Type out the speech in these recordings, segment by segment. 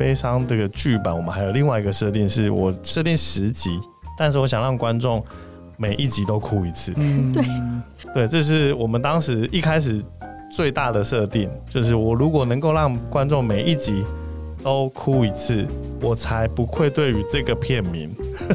悲伤这个剧本，我们还有另外一个设定，是我设定10集，但是我想让观众每一集都哭一次。对，这是我们当时一开始最大的设定，就是我如果能够让观众每一集都哭一次，我才不愧对于这个片名。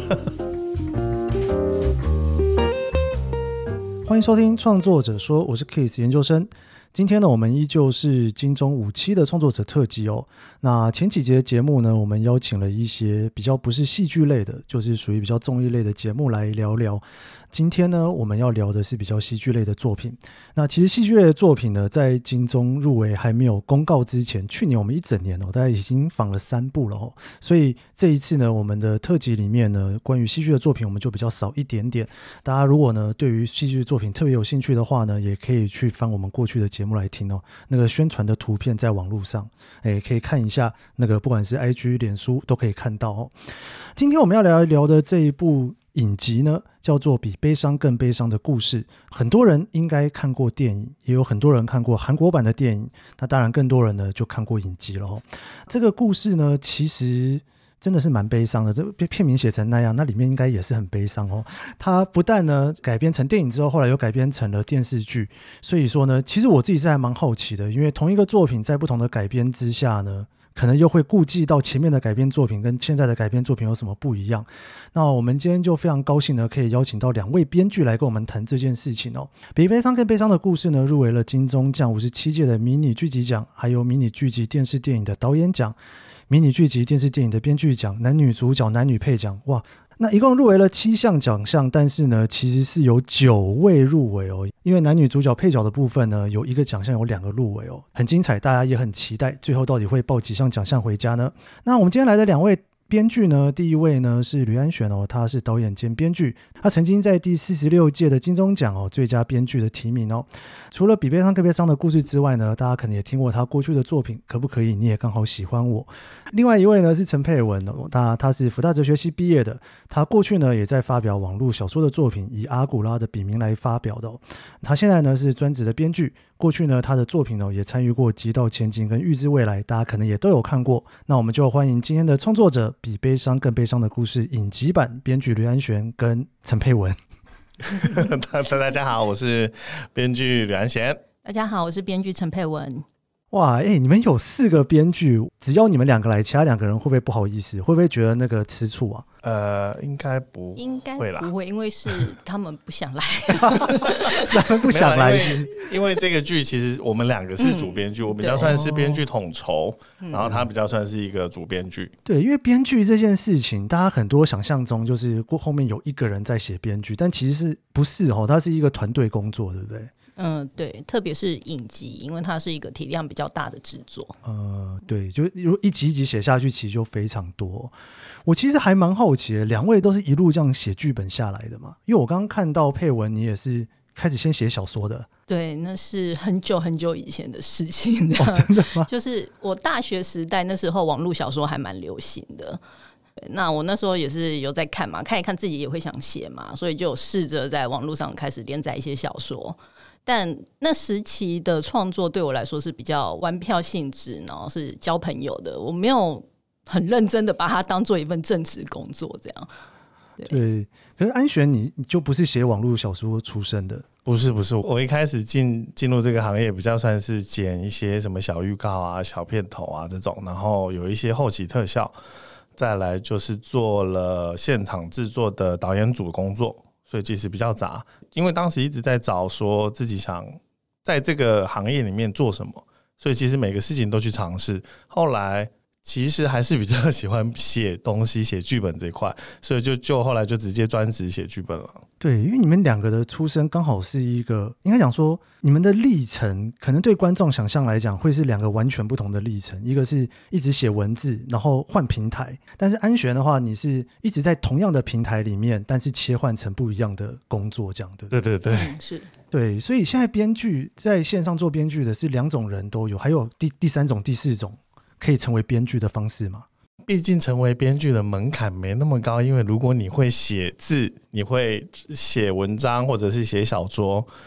欢迎收听创作者说，我是 Kiss 研究生。今天呢，我们依旧是金钟5期的创作者特辑哦。那前几集的节目呢，我们邀请了一些比较不是戏剧类的，就是属于比较综艺类的节目来聊聊。今天呢，我们要聊的是比较戏剧类的作品。那其实戏剧类的作品呢，在金钟入围还没有公告之前，去年我们一整年大概已经访了3部了哦。所以这一次呢，我们的特辑里面呢，关于戏剧的作品我们就比较少一点点。大家如果呢对于戏剧作品特别有兴趣的话呢，也可以去翻我们过去的节目来听哦。那个宣传的图片在网络上，可以看一下，那个不管是 IG、脸书都可以看到哦。今天我们要聊一聊的这一部影集呢，叫做《比悲伤更悲伤的故事》。很多人应该看过电影，也有很多人看过韩国版的电影，那当然更多人呢就看过影集了哦。这个故事呢，其实真的是蛮悲伤的，这片名写成那样，那里面应该也是很悲伤哦。它不但呢改编成电影之后，后来又改编成了电视剧，所以说呢，其实我自己是还蛮好奇的，因为同一个作品在不同的改编之下呢，可能又会顾忌到前面的改编作品跟现在的改编作品有什么不一样。那我们今天就非常高兴呢，可以邀请到2位编剧来跟我们谈这件事情哦。比悲伤更悲伤的故事呢，入围了金钟奖57届的迷你剧集奖，还有迷你剧集电视电影的导演奖，迷你剧集电视电影的编剧奖，男女主角男女配奖。哇，那一共入围了7项奖项，但是呢其实是有9位入围哦。因为男女主角配角的部分呢，有1个奖项有2个入围哦，很精彩，大家也很期待最后到底会报几项奖项回家呢。那我们今天来的2位编剧呢，第一位呢是吕安璇哦，他是导演兼编剧，他曾经在第46届的金钟奖哦最佳编剧的提名哦。除了比悲伤更悲伤的故事之外呢，大家可能也听过他过去的作品，可不可以你也刚好喜欢我。另外一位呢是陈佩文哦，他是福大哲学系毕业的，他过去呢也在发表网络小说的作品，以阿古拉的笔名来发表的哦。他现在呢是专职的编剧，过去呢他的作品也参与过《极道千金》跟《预知未来》，大家可能也都有看过。那我们就欢迎今天的创作者，比悲伤更悲伤的故事影集版编剧吕安璇跟陈佩文。 大家好，我是编剧吕安璇。 大家好，我是编剧陈佩文。 哇，你们有4个编剧，只要你们2个来，其他2个人会不会不好意思？会不会觉得那个吃醋啊？ 应该不会啦， 不会，因为是他们不想来。 他们不想来因为这个剧其实我们2个是主编剧，我比较算是编剧统筹，然后他比较算是一个主编剧。 对，因为编剧这件事情，大家很多想象中就是后面有1个人在写编剧，但其实不是哦，它是一个团队工作，对不对？ 对，特别是影集，因为它是一个体量比较大的制作。 对，就如一集一集写下去，其实就非常多。我其实还蛮好奇的2位都是一路这样写剧本下来的嘛？因为我刚刚看到佩文，你也是开始先写小说的。 对，那是很久很久以前的事情。 真的吗？ 就是我大学时代那时候，网络小说还蛮流行的。那我那时候也是有在看嘛，看一看自己也会想写嘛，所以就试着在网络上开始连载一些小说。但那时期的创作对我来说是比较玩票性质，然后是交朋友的，我没有很认真的把它当做一份正职工作这样。 对，可是安璇你就不是写网络小说出身的？ 不是，我一开始进入这个行业比较算是剪一些什么小预告啊、小片头啊这种，然后有一些后期特效，再来就是做了现场制作的导演组工作，所以其实比较杂。因为当时一直在找说自己想在这个行业里面做什么，所以其实每个事情都去尝试。后来其实还是比较喜欢写东西、写剧本这一块，所以就后来就直接专职写剧本了。 对，因为你们2个的出身刚好是一个，应该讲说你们的历程可能对观众想象来讲会是2个完全不同的历程，一个是一直写文字然后换平台，但是安璇的话你是一直在同样的平台里面，但是切换成不一样的工作这样。 对， 是。 对，所以现在编剧在线上做编剧的是2种人都有，还有第3种第4种可以成为编剧的方式吗？ 毕竟成为编剧的门槛没那么高，因为如果你会写字，你会写文章或者是写小说，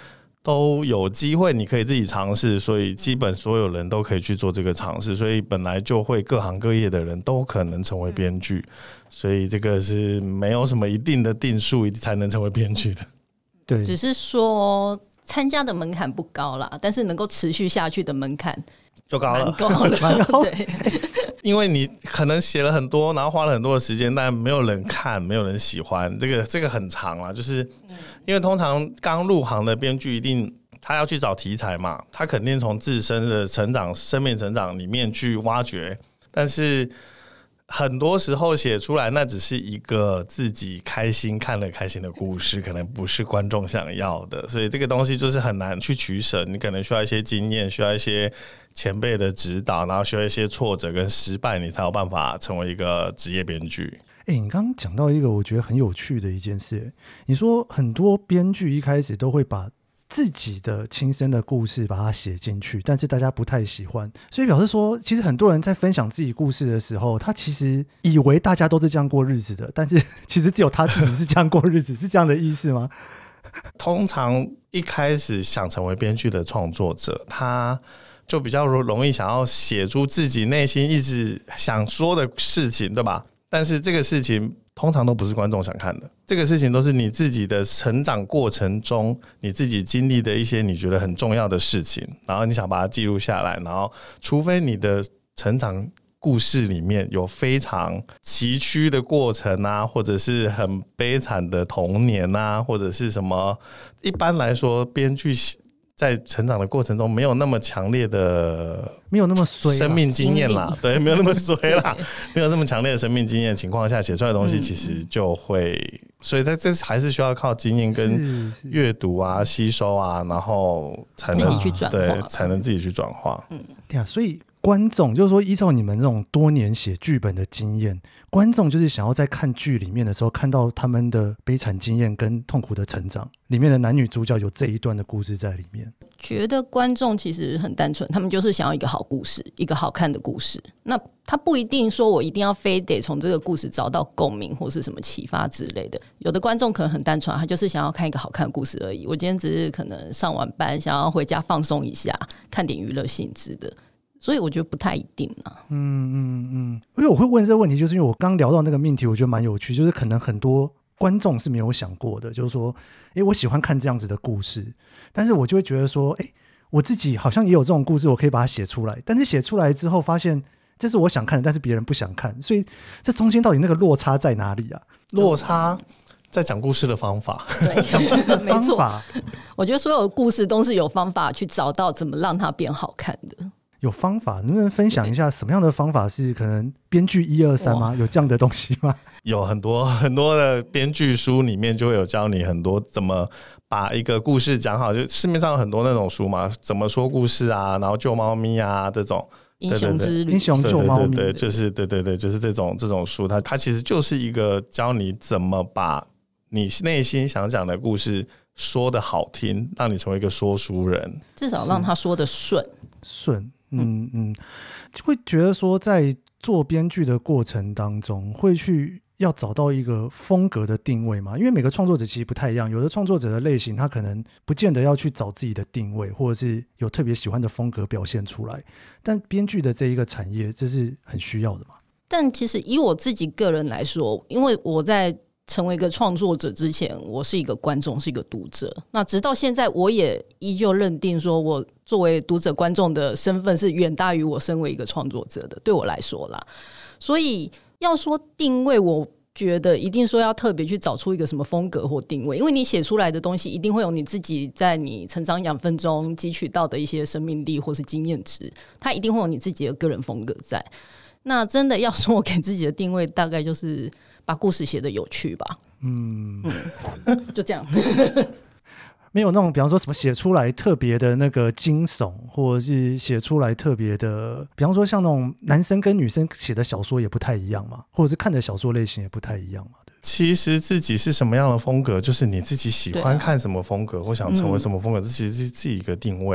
都有机会你可以自己尝试，所以基本所有人都可以去做这个尝试，所以本来就会各行各业的人都可能成为编剧，所以这个是没有什么一定的定数才能成为编剧的。 对， 只是说参加的门槛不高啦，但是能够持续下去的门槛就高了， 蛮高的。对， 因为你可能写了很多，然后花了很多的时间，但没有人看，没有人喜欢，这个很长啦。就是因为通常刚入行的编剧一定他要去找题材嘛，他肯定从自身的成长、生命成长里面去挖掘，但是很多时候写出来那只是一个自己开心看了开心的故事，可能不是观众想要的，所以这个东西就是很难去取舍，你可能需要一些经验，需要一些前辈的指导，然后需要一些挫折跟失败，你才有办法成为一个职业编剧。 你刚刚讲到一个我觉得很有趣的一件事，你说很多编剧一开始都会把自己的亲身的故事把它写进去，但是大家不太喜欢，所以表示说其实很多人在分享自己故事的时候，他其实以为大家都是这样过日子的，但是其实只有他自己是这样过日子，是这样的意思吗？ 通常一开始想成为编剧的创作者，他就比较容易想要写出自己内心一直想说的事情，对吧？但是这个事情通常都不是观众想看的，这个事情都是你自己的成长过程中你自己经历的一些你觉得很重要的事情，然后你想把它记录下来，然后除非你的成长故事里面有非常崎岖的过程啊，或者是很悲惨的童年啊，或者是什么，一般来说编剧在成长的过程中没有那么强烈的， 没有那么衰生命经验啦，对，没有那么衰啦，没有那么强烈的生命经验的情况下，写出来的东西其实就会，所以这还是需要靠经验跟阅读啊、吸收啊，然后才能自己去转化， 对，才能自己去转化。 对啊，所以观众就是说，依照你们这种多年写剧本的经验，观众就是想要在看剧里面的时候看到他们的悲惨经验跟痛苦的成长，里面的男女主角有这一段的故事在里面。 觉得观众其实很单纯，他们就是想要一个好故事，一个好看的故事。那他不一定说我一定要非得从这个故事找到共鸣或是什么启发之类的。有的观众可能很单纯，他就是想要看一个好看的故事而已。我今天只是可能上完班，想要回家放松一下，看点娱乐性质的。所以我觉得不太一定啊。 因为我会问这个问题，就是因为我刚聊到那个命题，我觉得蛮有趣，就是可能很多观众是没有想过的，就是说，我喜欢看这样子的故事，但是我就会觉得说，我自己好像也有这种故事，我可以把它写出来，但是写出来之后发现这是我想看的，但是别人不想看，所以这中间到底那个落差在哪里啊？ 落差在讲故事的方法， 对，讲故事的方法。 我觉得所有的故事都是有方法去找到怎么让它变好看的。 有方法，能不能分享一下什么样的方法是可能编剧1、2、3吗？有这样的东西吗？ 有很多很多的编剧书里面就会有教你很多怎么把一个故事讲好，就市面上有很多那种书嘛，怎么说故事啊，然后救猫咪啊这种。 英雄之旅， 英雄救猫咪， 对，就是对，就是这种书，它其实就是一个教你怎么把你内心想讲的故事说得好听，让你成为一个说书人， 至少让他说得顺。 就会觉得说在做编剧的过程当中会去要找到一个风格的定位嘛，因为每个创作者其实不太一样，有的创作者的类型他可能不见得要去找自己的定位，或者是有特别喜欢的风格表现出来，但编剧的这一个产业这是很需要的嘛。 但其实以我自己个人来说，因为我在成为一个创作者之前，我是一个观众，是一个读者。那直到现在，我也依旧认定说，我作为读者、观众的身份是远大于我身为一个创作者的。对我来说啦，所以要说定位，我觉得一定说要特别去找出一个什么风格或定位，因为你写出来的东西一定会有你自己在你成长养分中汲取到的一些生命力或是经验值，它一定会有你自己的个人风格在。那真的要说我给自己的定位，大概就是把故事写得有趣吧。就这样。 没有那种比方说什么写出来特别的那个惊悚，或者是写出来特别的，比方说像那种男生跟女生写的小说也不太一样嘛，或者是看的小说类型也不太一样嘛。 其实自己是什么样的风格，就是你自己喜欢看什么风格，或想成为什么风格，这其实是自己一个定位啊。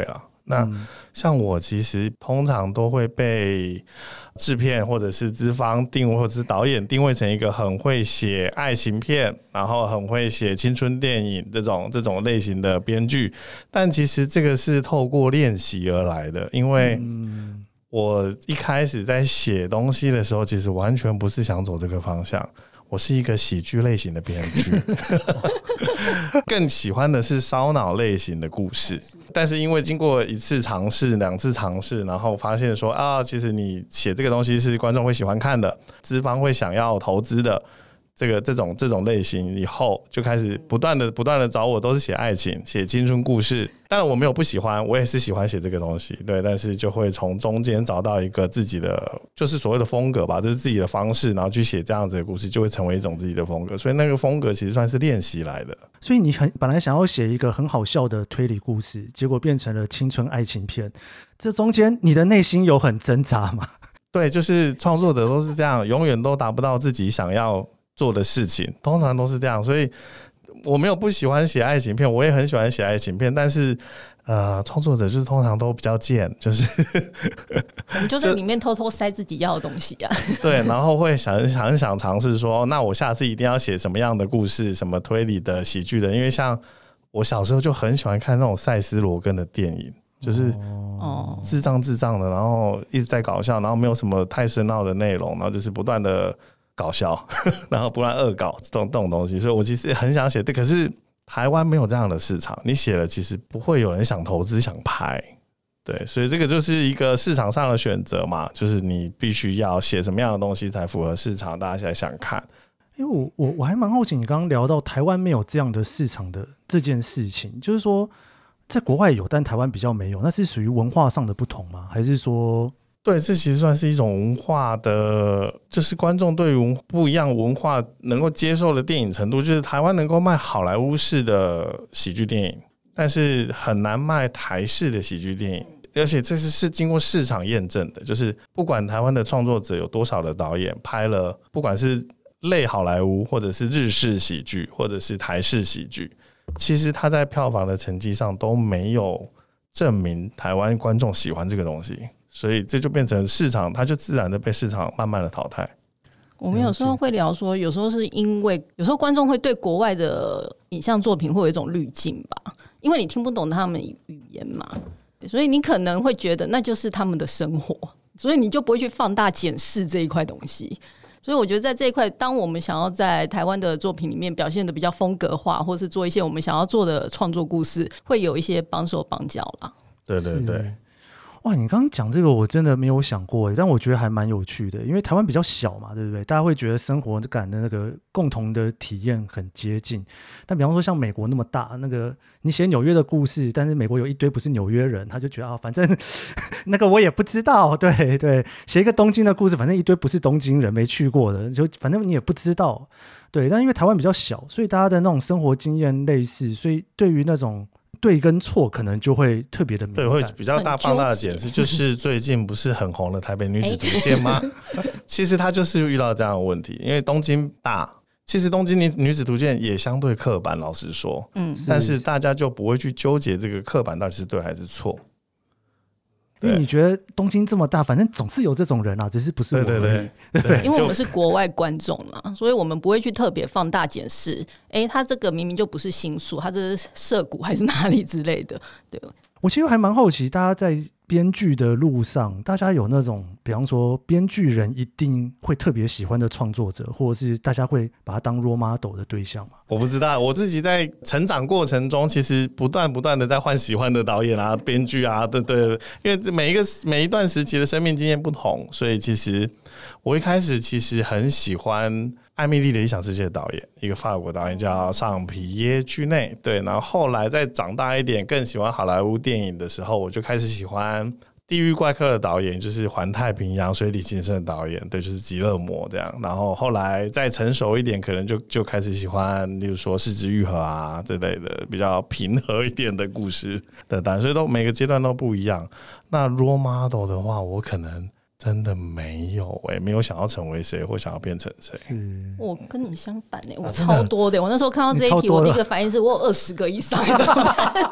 那像我其实通常都会被制片或者是资方定位，或者是导演定位成一个很会写爱情片，然后很会写青春电影这种类型的编剧。但其实这个是透过练习而来的，因为我一开始在写东西的时候，其实完全不是想走这个方向。我是一个喜剧类型的编剧，更喜欢的是烧脑类型的故事。但是因为经过1次尝试、2次尝试，然后发现说啊，其实你写这个东西是观众会喜欢看的，资方会想要投资的。这种类型以后就开始不断的找我，都是写爱情、写青春故事。当然我没有不喜欢，我也是喜欢写这个东西，对。但是就会从中间找到一个自己的，就是所谓的风格吧，就是自己的方式，然后去写这样子的故事，就会成为一种自己的风格。所以那个风格其实算是练习来的。 所以你本来想要写一个很好笑的推理故事，结果变成了青春爱情片，这中间你的内心有很挣扎吗？ 对，就是创作者都是这样，永远都达不到自己想要做的事情，通常都是这样。所以我没有不喜欢写爱情片，我也很喜欢写爱情片，但是创作者就是通常都比较贱，就是我们就在里面偷偷塞自己要的东西啊。 对，然后会想尝试说，那我下次一定要写什么样的故事，什么推理的、喜剧的。因为像我小时候就很喜欢看那种赛斯罗根的电影，就是智障的，然后一直在搞笑，然后没有什么太深奥的内容，然后就是不断的搞笑，然后不断恶搞这种东西。所以我其实很想写，可是台湾没有这样的市场，你写了其实不会有人想投资想拍。对，所以这个就是一个市场上的选择嘛，就是你必须要写什么样的东西才符合市场，大家才想看。 因为我还蛮好奇，你刚刚聊到台湾没有这样的市场的这件事情，就是说在国外有，但台湾比较没有，那是属于文化上的不同吗？还是说？ 对，这其实算是一种文化的，就是观众对于不一样文化能够接受的电影程度。就是台湾能够卖好莱坞式的喜剧电影，但是很难卖台式的喜剧电影。而且这是经过市场验证的，就是不管台湾的创作者有多少的导演拍了，不管是类好莱坞或者是日式喜剧或者是台式喜剧，其实他在票房的成绩上都没有证明台湾观众喜欢这个东西。所以这就变成市场，它就自然的被市场慢慢的淘汰。 我们有时候会聊说，有时候是因为有时候观众会对国外的影像作品会有一种滤镜吧，因为你听不懂他们语言嘛，所以你可能会觉得那就是他们的生活，所以你就不会去放大检视这一块东西。所以我觉得在这一块，当我们想要在台湾的作品里面表现的比较风格化，或是做一些我们想要做的创作故事，会有一些帮手帮脚啦。 对对对。 哇，你刚刚讲这个我真的没有想过，但我觉得还蛮有趣的，因为台湾比较小嘛，对不对？大家会觉得生活感的那个共同的体验很接近。但比方说像美国那么大，那个你写纽约的故事，但是美国有一堆不是纽约人，他就觉得反正那个我也不知道，对对，写一个东京的故事，反正一堆不是东京人没去过的，就反正你也不知道，对。但因为台湾比较小，所以大家的那种生活经验类似，所以对于那种对跟错可能就会特别的敏感， 对，会比较放大的解释。就是最近不是很红的台北女子图鉴吗？其实他就是遇到这样的问题，因为东京大，其实东京女子图鉴也相对刻板，老实说，但是大家就不会去纠结这个刻板到底是对还是错。 因为你觉得东京这么大，反正总是有这种人啊，只是不是我而已。 对， 因为我们是国外观众嘛，所以我们不会去特别放大检视。他这个明明就不是新宿，他这是涩谷还是哪里之类的。对， 我其实还蛮好奇，大家在编剧的路上，大家有那种比方说编剧人一定会特别喜欢的创作者，或者是大家会把他当 role model 的对象吗？ 我不知道，我自己在成长过程中，其实不断的在换喜欢的导演啊、编剧啊，对，因为每一段时期的生命经验不同，所以其实我一开始其实很喜欢艾蜜莉的理想世界的导演，一个法国导演叫尚皮耶居内，对，然后后来再长大一点，更喜欢好莱坞电影的时候，我就开始喜欢地狱怪客的导演，就是环太平洋水底情深的导演，对，就是极乐魔这样。然后后来再成熟一点，可能就开始喜欢，例如说四肢愈合啊这类的比较平和一点的故事的导演，所以都每个阶段都不一样。那 role model 的话，我可能真的没有没有想要成为谁或想要变成谁。 我跟你相反我超多的。我那时候看到这一题，我第一个反应是我有20个以上，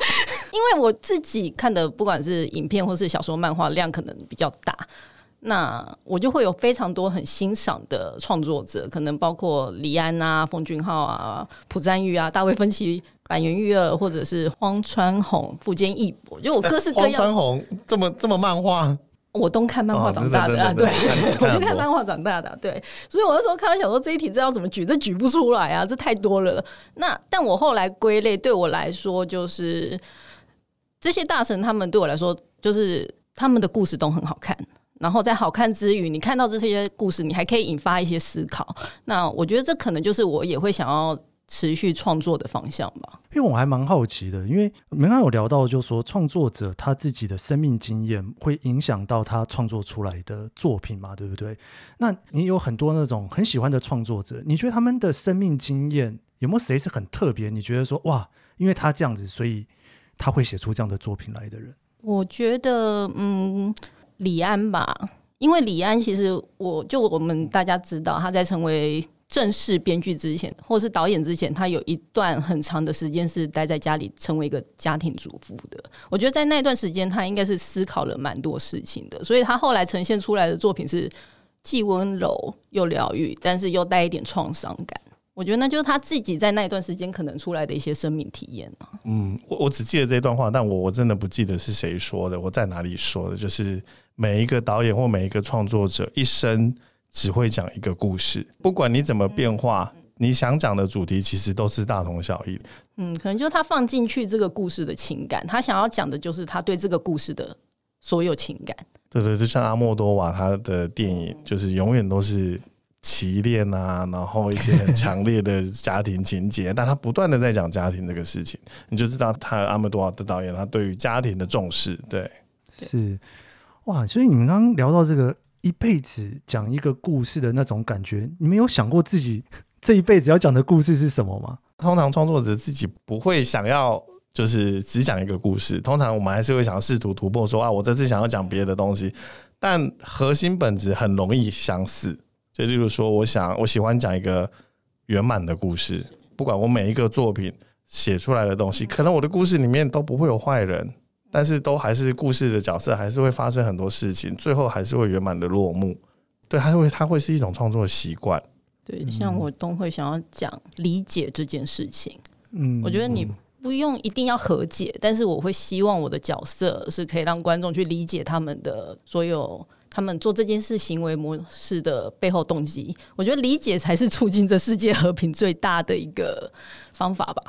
因为我自己看的不管是影片或是小说漫画量可能比较大，那我就会有非常多很欣赏的创作者，可能包括李安啊、奉俊昊啊、朴赞郁啊、大卫芬奇、坂元裕二，或者是荒川弘、富坚义博，就我各式各样。 荒川弘这么漫画， 我都看漫画长大的啊，对，我就看漫画长大的啊，对，所以我那时候看到想说这一题这要怎么举，这举不出来啊，这太多了。但我后来归类，对我来说就是这些大神，他们对我来说就是他们的故事都很好看。然后在好看之余，你看到这些故事，你还可以引发一些思考。那我觉得这可能就是我也会想要持续创作的方向吧。 因为我还蛮好奇的，因为我们刚刚有聊到，就是说创作者他自己的生命经验会影响到他创作出来的作品嘛，对不对？那你有很多那种很喜欢的创作者，你觉得他们的生命经验有没有谁是很特别？你觉得说哇，因为他这样子，所以他会写出这样的作品来的人？ 我觉得李安吧，因为李安其实我们大家知道他在成为正式编剧之前或是导演之前，他有一段很长的时间是待在家里成为一个家庭主妇的。我觉得在那段时间他应该是思考了蛮多事情的，所以他后来呈现出来的作品是既温柔又疗愈，但是又带一点创伤感。我觉得那就是他自己在那一段时间可能出来的一些生命体验啊。 我只记得这段话，但我真的不记得是谁说的，我在哪里说的。就是每一个导演或每一个创作者一生只会讲一个故事，不管你怎么变化，你想讲的主题其实都是大同小异。 可能就是他放进去这个故事的情感，他想要讲的就是他对这个故事的所有情感。 对对，就像阿莫多瓦他的电影，就是永远都是奇恋啊，然后一些很强烈的家庭情节，但他不断的在讲家庭这个事情，你就知道阿莫多瓦的导演他对于家庭的重视。对， 是哇，所以你们刚刚聊到这个一辈子讲一个故事的那种感觉，你们有想过自己这一辈子要讲的故事是什么吗？ 通常创作者自己不会想要就是只讲一个故事，通常我们还是会想试图突破说啊，我这次想要讲别的东西，但核心本质很容易相似。就例如说我喜欢讲一个圆满的故事，不管我每一个作品写出来的东西，可能我的故事里面都不会有坏人，但是都还是故事的角色还是会发生很多事情，最后还是会圆满的落幕。对，它会是一种创作的习惯。 对，像我都会想要讲理解这件事情。我觉得你不用一定要和解，但是我会希望我的角色是可以让观众去理解他们的所有，他们做这件事行为模式的背后动机。我觉得理解才是促进这世界和平最大的一个方法吧。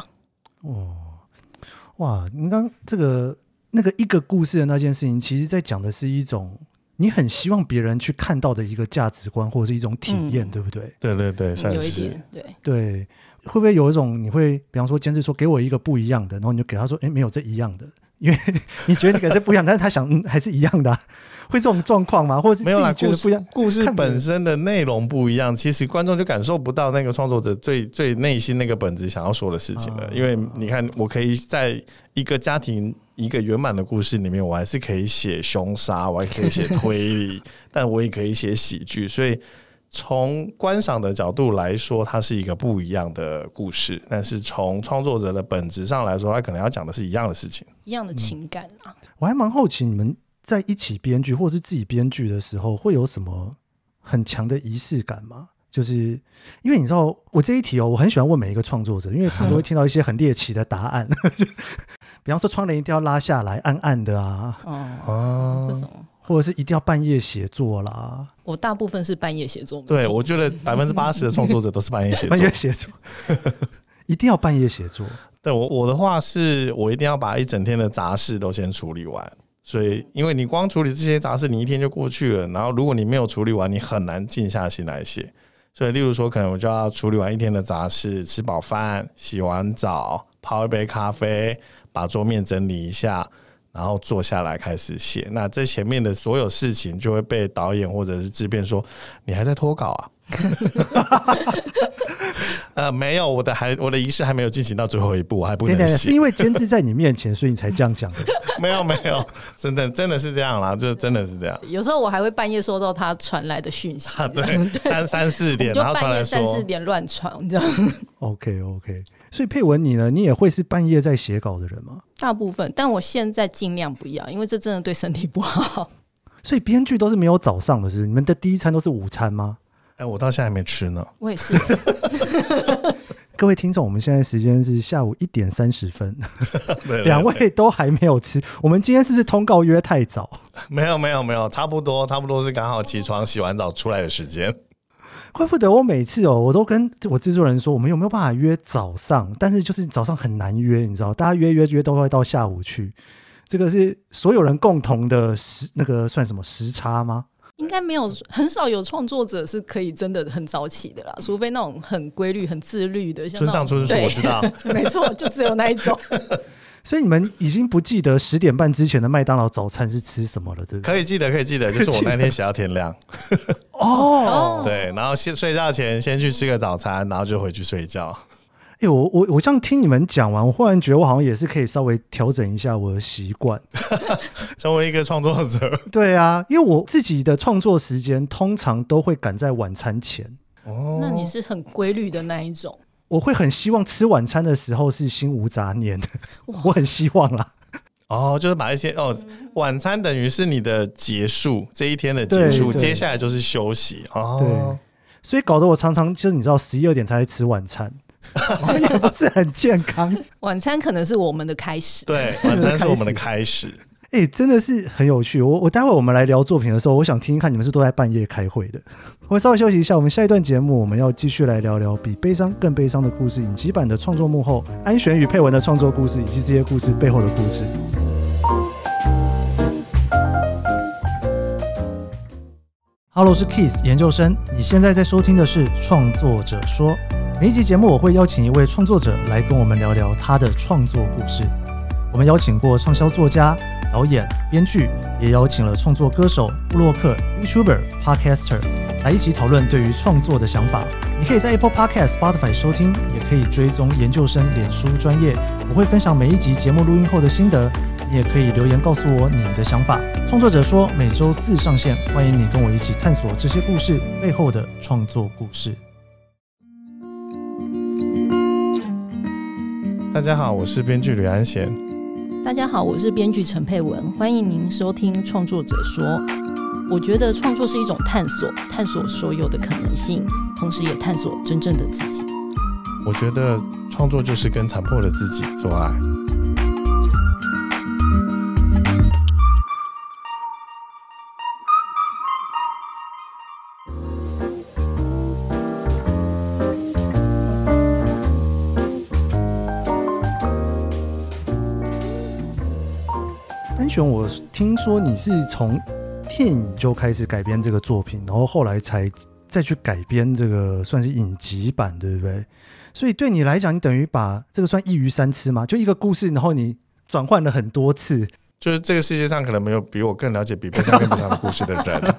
哇，你刚这个那个一个故事的那件事情，其实在讲的是一种你很希望别人去看到的一个价值观或者是一种体验，对不对？ 对对对，算是有一点对。会不会有一种你会比方说监制说给我一个不一样的，然后你就给他说没有这一样的，因为你觉得你给这不一样，但是他想还是一样的会这种状况吗？或者是没有啦， 觉得不一样， 故事本身的内容不一样，其实观众就感受不到那个创作者最内心那个本质想要说的事情了。因为你看，我可以在一个家庭一个圆满的故事里面，我还是可以写凶杀，我还可以写推理但我也可以写喜剧，所以从观赏的角度来说，它是一个不一样的故事，但是从创作者的本质上来说，他可能要讲的是一样的事情， 一样的情感啊。 我还蛮好奇，你们在一起编剧或是自己编剧的时候，会有什么很强的仪式感吗？就是因为你知道我这一题我很喜欢问每一个创作者，因为常常会听到一些很猎奇的答案比方说窗帘一定要拉下来暗暗的啊， 这种或者是一定要半夜写作啦。 我大部分是半夜写作。 对，我觉得80%的创作者都是半夜写作。 半夜写作一定要半夜写作。 对，我的话是我一定要把一整天的杂事都先处理完，所以因为你光处理这些杂事，你一天就过去了，然后如果你没有处理完，你很难静下心来写。所以例如说可能我就要处理完一天的杂事，吃饱饭，洗完澡，泡一杯咖啡，把桌面整理一下，然后坐下来开始写。那这前面的所有事情就会被导演或者是制片说你还在拖稿啊没有，我的仪式还没有进行到最后一步，我还不能写。 是因为监制在你面前所以你才这样讲的没有，真的是这样啦，就真的是这样。 有时候我还会半夜收到他传来的讯息， 对，3、4点，然后传来说就半夜3、4点乱传，这样。 OK， 所以佩文你呢？你也会是半夜在写稿的人吗？ 大部分，但我现在尽量不要，因为这真的对身体不好。 所以编剧都是没有早上的，是不是？你们的第一餐都是午餐吗？ 我到现在还没吃呢。 我也是。 各位听众，我们现在时间是下午1点30分，两位都还没有吃。我们今天是不是通告约太早？ 没有，差不多是刚好起床洗完澡出来的时间。 怪不得我每次我都跟我制作人说，我们有没有办法约早上？但是就是早上很难约，你知道，大家约都会到下午去。这个是所有人共同的那个算什么时差吗？ 应该没有，很少有创作者是可以真的很早起的啦，除非那种很规律、很自律的，像村上春树我知道， 没错，就只有那一种。 所以你们已经不记得10点半之前的麦当劳早餐是吃什么了，对不对？ 可以记得，就是我那天写到天亮。 哦， 对，然后睡觉前先去吃个早餐，然后就回去睡觉。 我这样听你们讲完，我忽然觉得我好像也是可以稍微调整一下我的习惯， 成为一个创作者。 对啊，因为我自己的创作时间通常都会赶在晚餐前。 那你是很规律的那一种？ 我会很希望吃晚餐的时候是心无杂念，我很希望啦。 就是把一些晚餐等于是你的结束，这一天的结束，接下来就是休息。 对，所以搞得我常常就是你知道11、2点才会吃晚餐。也不是很健康。 晚餐可能是我们的开始， 对，晚餐是我们的开始。 真的是很有趣。我待会我们来聊作品的时候，我想听听看你们是都在半夜开会的。我们稍微休息一下，我们下一段节目我们要继续来聊聊比悲伤更悲伤的故事影集版的创作幕后，安璇与佩文的创作故事，以及这些故事背后的故事。Hello， 我是 Keith 研究生，你现在在收听的是创作者说。每一集节目我会邀请一位创作者来跟我们聊聊他的创作故事。我们邀请过畅销作家、导演、编剧，也邀请了创作歌手、部落客、YouTuber、Podcaster 来一起讨论对于创作的想法。你可以在 Apple Podcast、Spotify 收听，也可以追踪研究生脸书专页，我会分享每一集节目录音后的心得。你也可以留言告诉我你的想法。创作者说每周4上线，欢迎你跟我一起探索这些故事背后的创作故事。 大家好，我是编剧吕安贤。 大家好，我是编剧陈佩文，欢迎您收听创作者说。我觉得创作是一种探索，探索所有的可能性，同时也探索真正的自己。 我觉得创作就是跟残破的自己做爱。 安璇，我听说你是从电影就开始改编这个作品，然后后来才再去改编这个算是影集版，对不对？所以对你来讲，你等于把这个算一鱼三吃嘛，就一个故事，然后你转换了很多次。 就是这个世界上可能没有比我更了解比悲伤更悲伤的故事的人。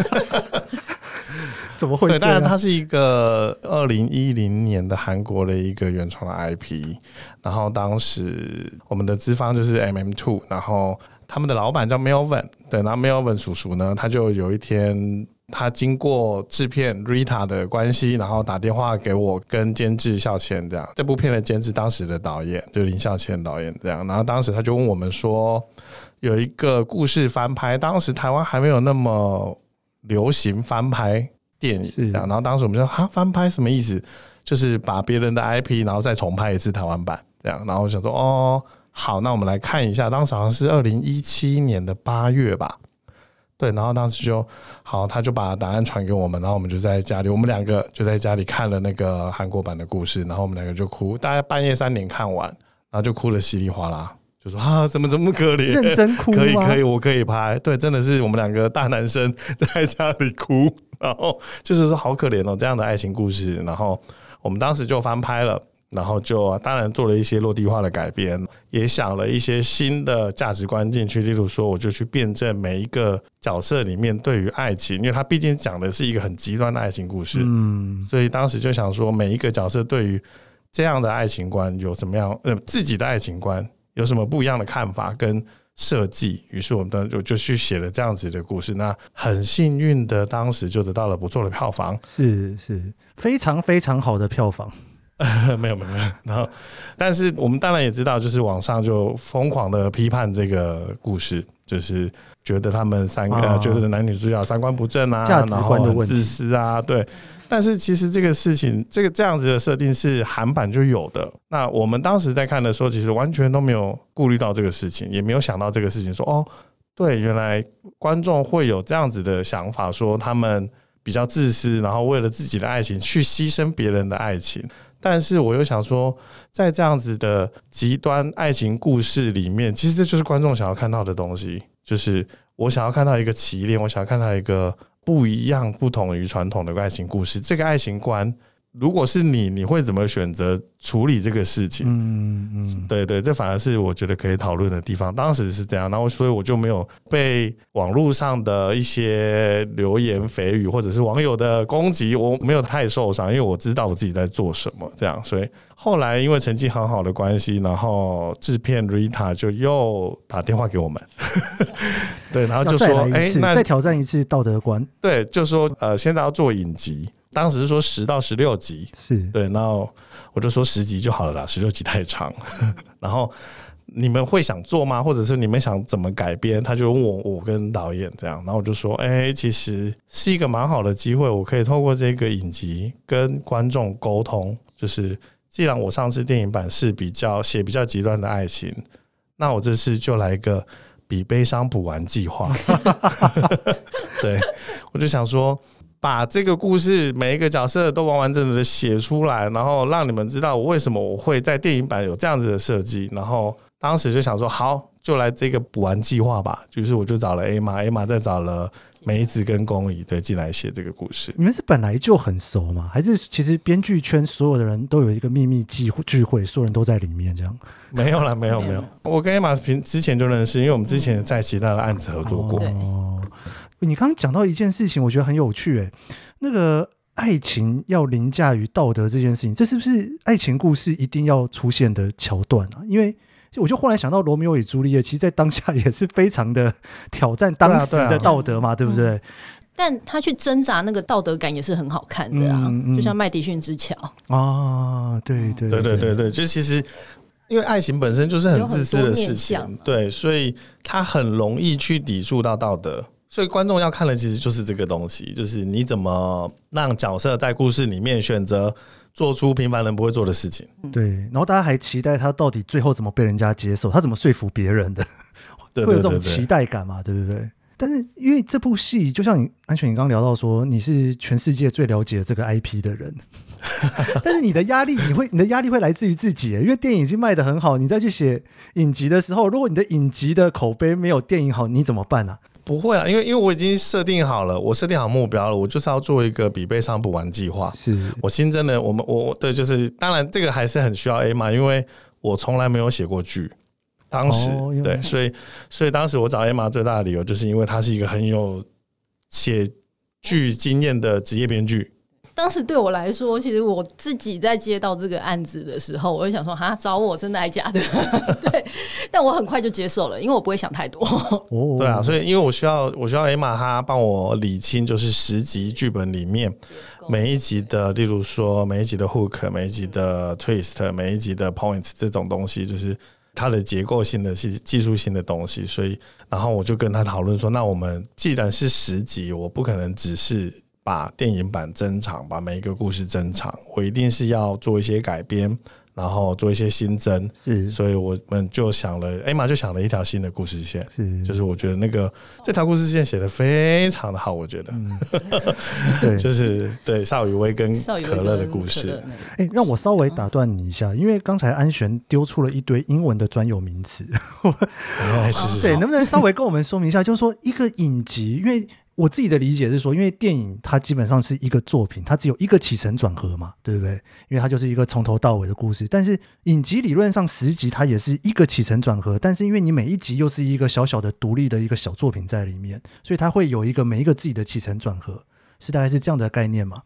怎么会？ 对，当然它是一个2010年的韩国的一个原创的 IP， 然后当时我们的资方就是 MM2， 然后他们的老板叫 Melvin， 对，然后 Melvin 叔叔呢，他就有一天他经过制片 Rita 的关系，然后打电话给我跟监制孝谦，这样这部片的监制当时的导演就是林孝谦导演这样，然后当时他就问我们说有一个故事翻拍，当时台湾还没有那么流行翻拍电影这样，然后当时我们就说翻拍什么意思？就是把别人的 IP 然后再重拍一次台湾版这样，然后我想说好，那我们来看一下，当时好像是2017年的8月吧，对，然后当时就好，他就把答案传给我们，然后我们就在家里，我们2个就在家里看了那个韩国版的故事，然后我们2个就哭，大概半夜3点看完，然后就哭得稀里哗啦，就说怎么这么可怜？ 认真哭吗？ 可以，我可以拍。对，真的是我们2个大男生在家里哭，然后就是说好可怜这样的爱情故事，然后我们当时就翻拍了。然后就当然做了一些落地化的改编，也想了一些新的价值观进去，例如说我就去辩证每一个角色里面对于爱情，因为他毕竟讲的是一个很极端的爱情故事，所以当时就想说每一个角色对于这样的爱情观有什么样自己的爱情观有什么不一样的看法跟设计，于是我们就去写了这样子的故事，那很幸运的当时就得到了不错的票房， 是非常非常好的票房。 没有。然后，但是我们当然也知道，就是网上就疯狂的批判这个故事，就是觉得他们觉得男女主角三观不正啊， 价值观的问题， 然后很自私啊，对。但是其实这个事情，这样子的设定是韩版就有的。那我们当时在看的时候，其实完全都没有顾虑到这个事情，也没有想到这个事情说，哦，对，原来观众会有这样子的想法，说他们比较自私，然后为了自己的爱情去牺牲别人的爱情。但是我又想说，在这样子的极端爱情故事里面，其实这就是观众想要看到的东西，就是我想要看到一个奇恋，我想要看到一个不一样、不同于传统的爱情故事。这个爱情观，如果是你会怎么选择处理这个事情？对，这反而是我觉得可以讨论的地方。当时是这样，然后所以我就没有被网络上的一些流言蜚语或者是网友的攻击，我没有太受伤，因为我知道我自己在做什么。这样，所以后来因为成绩很好的关系，然后制片 Rita 就又打电话给我们，对，然后就说：“ 那再挑战一次道德观。” 对，就说现在要做影集。当时是说10到16集， 是对，然后我就说10集就好了啦，16集太长。然后你们会想做吗？或者是你们想怎么改编？他就问我跟导演这样，然后我就说，其实是一个蛮好的机会，我可以透过这个影集跟观众沟通，就是既然我上次电影版是写比较极端的爱情，那我这次就来一个比悲伤补完计划。对，我就想说，把这个故事每一个角色都完完整整的写出来，然后让你们知道我为什么我会在电影版有这样子的设计。然后当时就想说，好，就来这个补完计划吧。就是我就找了 Emma 再找了梅子跟宫仪，对，进来写这个故事。 你们是本来就很熟吗？还是其实编剧圈所有的人都有一个秘密聚会，所有人都在里面这样？ 没有啦，没有。我跟 Emma 之前就认识，因为我们之前在其他的案子合作过。 你刚刚讲到一件事情，我觉得很有趣，那个爱情要凌驾于道德这件事情，这是不是爱情故事一定要出现的桥段啊？因为我就忽然想到罗密欧与朱丽叶，其实在当下也是非常的挑战当时的道德嘛，对不对？ 但他去挣扎那个道德感也是很好看的啊，就像麦迪逊之桥啊， 对， 就其实因为爱情本身就是很自私的事情，对，所以他很容易去抵触到道德。所以观众要看的其实就是这个东西，就是你怎么让角色在故事里面选择做出平凡人不会做的事情。 对，然后大家还期待他到底最后怎么被人家接受，他怎么说服别人的， 对， 会有这种期待感嘛，对不对？但是因为这部戏，就像安全你刚刚聊到说，你是全世界最了解这个 IP 的人。但是你的压力会来自于自己，因为电影已经卖得很好，你再去写影集的时候，如果你的影集的口碑没有电影好，你怎么办啊？ 不会啊，因为我已经设定好了，我设定好目标了，我就是要做一个比悲伤补完计划。 是我新增的，我对，就是当然这个还是很需要 Emma， 因为我从来没有写过剧，当时、对，所以当时我找 Emma 最大的理由就是因为她是一个很有写剧经验的职业编剧。 当时对我来说，其实我自己在接到这个案子的时候，我就想说，哈，找我真的还假的？对，但我很快就接受了，因为我不会想太多。 对啊，所以因为我需要 Emma 她帮我理清，就是10集剧本里面每一集的，例如说每一集的 hook、每一集的 twist、每一集的 point 这种东西，就是它的结构性的技术性的东西。所以，然后我就跟他讨论说，那我们既然是10集，我不可能只是把电影版增长，把每一个故事增长，我一定是要做一些改编，然后做一些新增。 是， 所以我们就想了 ，Emma 就想了一条新的故事线，就是我觉得这条故事线写得非常的好，我觉得，对，就是对邵雨薇跟可乐的故事。 让我稍微打断你一下，因为刚才安璇丢出了一堆英文的专有名词，对，能不能稍微跟我们说明一下，就是说一个影集，因为我自己的理解是说，因为电影它基本上是一个作品，它只有一个起承转合嘛，对不对？因为它就是一个从头到尾的故事。但是影集理论上10集它也是一个起承转合，但是因为你每一集又是一个小小的独立的一个小作品在里面，所以它会有每一个自己的起承转合，是大概是这样的概念吗？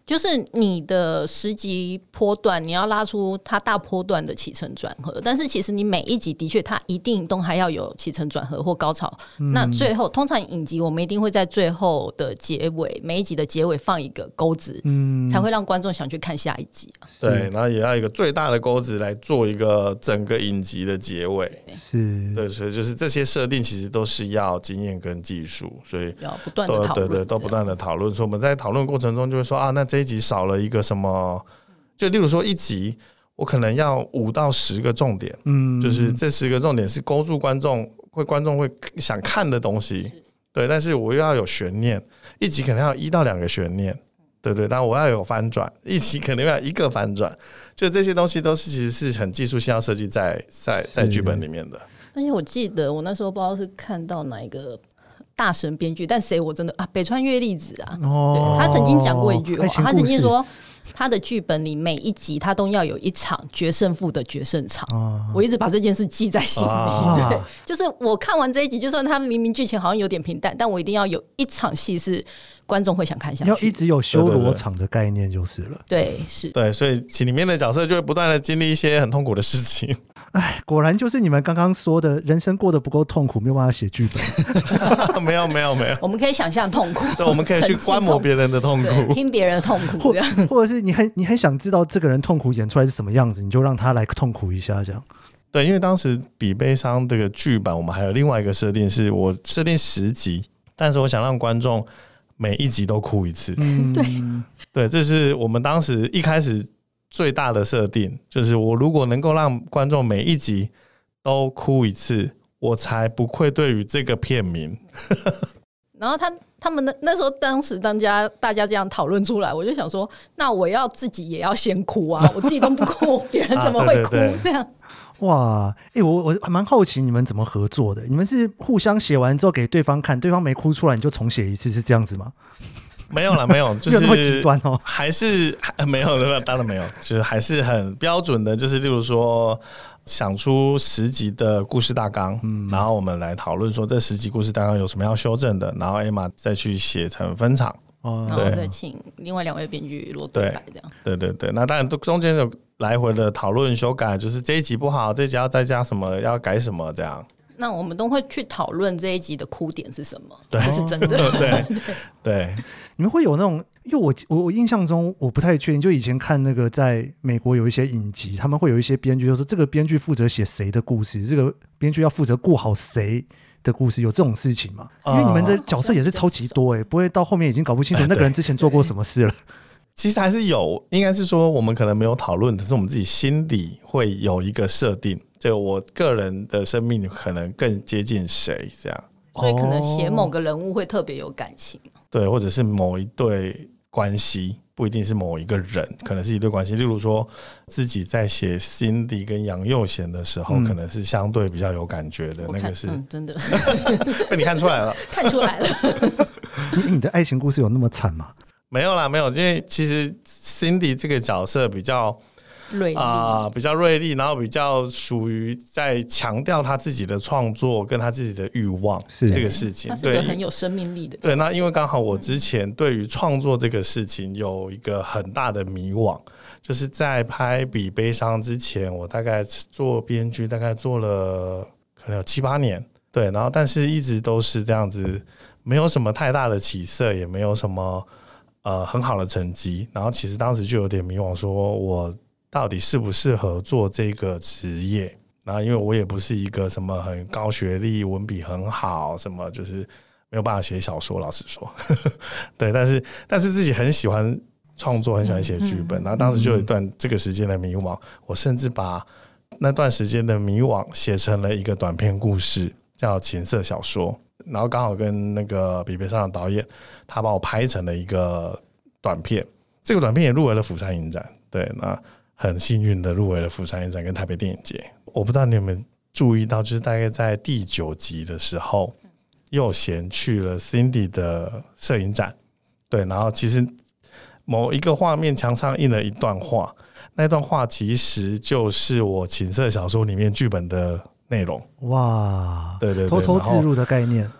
就是你的10集波段，你要拉出它大波段的起承转合，但是其实你每一集的确它一定都还要有起承转合或高潮。那最后通常影集我们一定会在最后的结尾，每一集的结尾放一个钩子，才会让观众想去看下一集。 对，然后也要一个最大的钩子来做一个整个影集的结尾。 是， 对，所以就是这些设定其实都是要经验跟技术，所以要不断的讨论， 对，都不断的讨论。所以我们在讨论过程中就会说啊，那这一集少了一个什么？就例如说一集，我可能要5到10个重点，就是这10个重点是勾住观众会想看的东西，对。但是我又要有悬念，一集可能要1到2个悬念，对，但我要有翻转，一集可能要1个翻转，就这些东西都是其实是很技术性要设计在剧本里面的。 而且我记得我那时候不知道是看到哪一个大神编剧，但谁我真的北川月粒子啊，他曾经讲过一句话，他曾经说他的剧本里每一集他都要有一场决胜负的决胜场，我一直把这件事记在心里，对，就是我看完这一集，就算他明明剧情好像有点平淡，但我一定要有一场戏是观众会想看下去， 要一直有修罗场的概念就是了。 对，是， 对，所以里面的角色就会不断的经历一些很痛苦的事情。 哎，果然就是你们刚刚说的，人生过得不够痛苦，没有办法写剧本。 没有， 我们可以想象痛苦， 对，我们可以去观摩别人的痛苦， 听别人的痛苦， 或者是你很想知道这个人痛苦演出来是什么样子，你就让他来痛苦一下，这样。 对，因为当时比悲伤这个剧本，我们还有另外一个设定，是我设定10集，但是我想让观众每一集都哭一次。对，这是我们当时一开始最大的设定，就是我如果能够让观众每一集都哭一次，我才不愧对于这个片名。 然后他们那时候当时大家这样讨论出来，我就想说，那我要自己也要先哭啊！我自己都不哭，别人怎么会哭？ 对， 这样。 哇，我还蛮好奇你们怎么合作的？你们是互相写完之后给对方看，对方没哭出来你就重写一次，是这样子吗？ 没有啦，没有，就是那么极端哦， 还是没有的，当然没有，就是还是很标准的，就是例如说想出10集的故事大纲，然后我们来讨论说这10集故事大纲有什么要修正的，然后 Emma 再去写成分场， 然后再请另外2位编剧落对白，这样。对，那当然中间有来回的讨论修改，就是这一集不好，这一集要再加什么，要改什么这样。那我们都会去讨论这一集的哭点是什么， 对， 这是真的。 对， 你们会有那种，因为我印象中我不太确定，就以前看那个在美国有一些影集，他们会有一些编剧，就是这个编剧负责写谁的故事，这个编剧要负责顾好谁的故事，有这种事情吗？因为你们的角色也是超级多不会到后面已经搞不清楚那个人之前做过什么事了。 其实还是有，应该是说我们可能没有讨论，可是我们自己心里会有一个设定，这个我个人的生命可能更接近谁这样， 所以可能写某个人物会特别有感情， 对，或者是某一对关系，不一定是某一个人，可能是一对关系。例如说自己在写 Cindy 跟杨佑贤的时候，可能是相对比较有感觉的，那个是真的被你看出来了， 看出来了。 你的爱情故事有那么惨吗？ 没有啦，没有，因为其实 Cindy 这个角色比较比较锐利，然后比较属于在强调他自己的创作跟他自己的欲望这个事情， 他是个很有生命力的。 对，那因为刚好我之前对于创作这个事情有一个很大的迷惘，就是在拍《比悲伤》之前，我大概做编剧，大概做了可能有7、8年，对，然后但是一直都是这样子，没有什么太大的起色，也没有什么很好的成绩，然后其实当时就有点迷惘，说我到底适不适合做这个职业？然后因为我也不是一个什么很高学历、文笔很好，什么就是没有办法写小说，老实说，对，但是自己很喜欢创作，很喜欢写剧本，然后当时就有一段这个时间的迷惘，我甚至把那段时间的迷惘写成了一个短篇故事，叫《情色小说》。然后刚好跟那个比悲伤的导演，他把我拍成了一个短片，这个短片也入围了釜山影展，对，那很幸运的入围了釜山影展跟台北电影节。我不知道你有没有注意到，就是大概在第9集的时候，佑贤去了 Cindy 的摄影展，对，然后其实某一个画面墙上印了一段话，那段话其实就是我情色小说里面剧本的内容。 哇， 对， 偷偷置入的概念。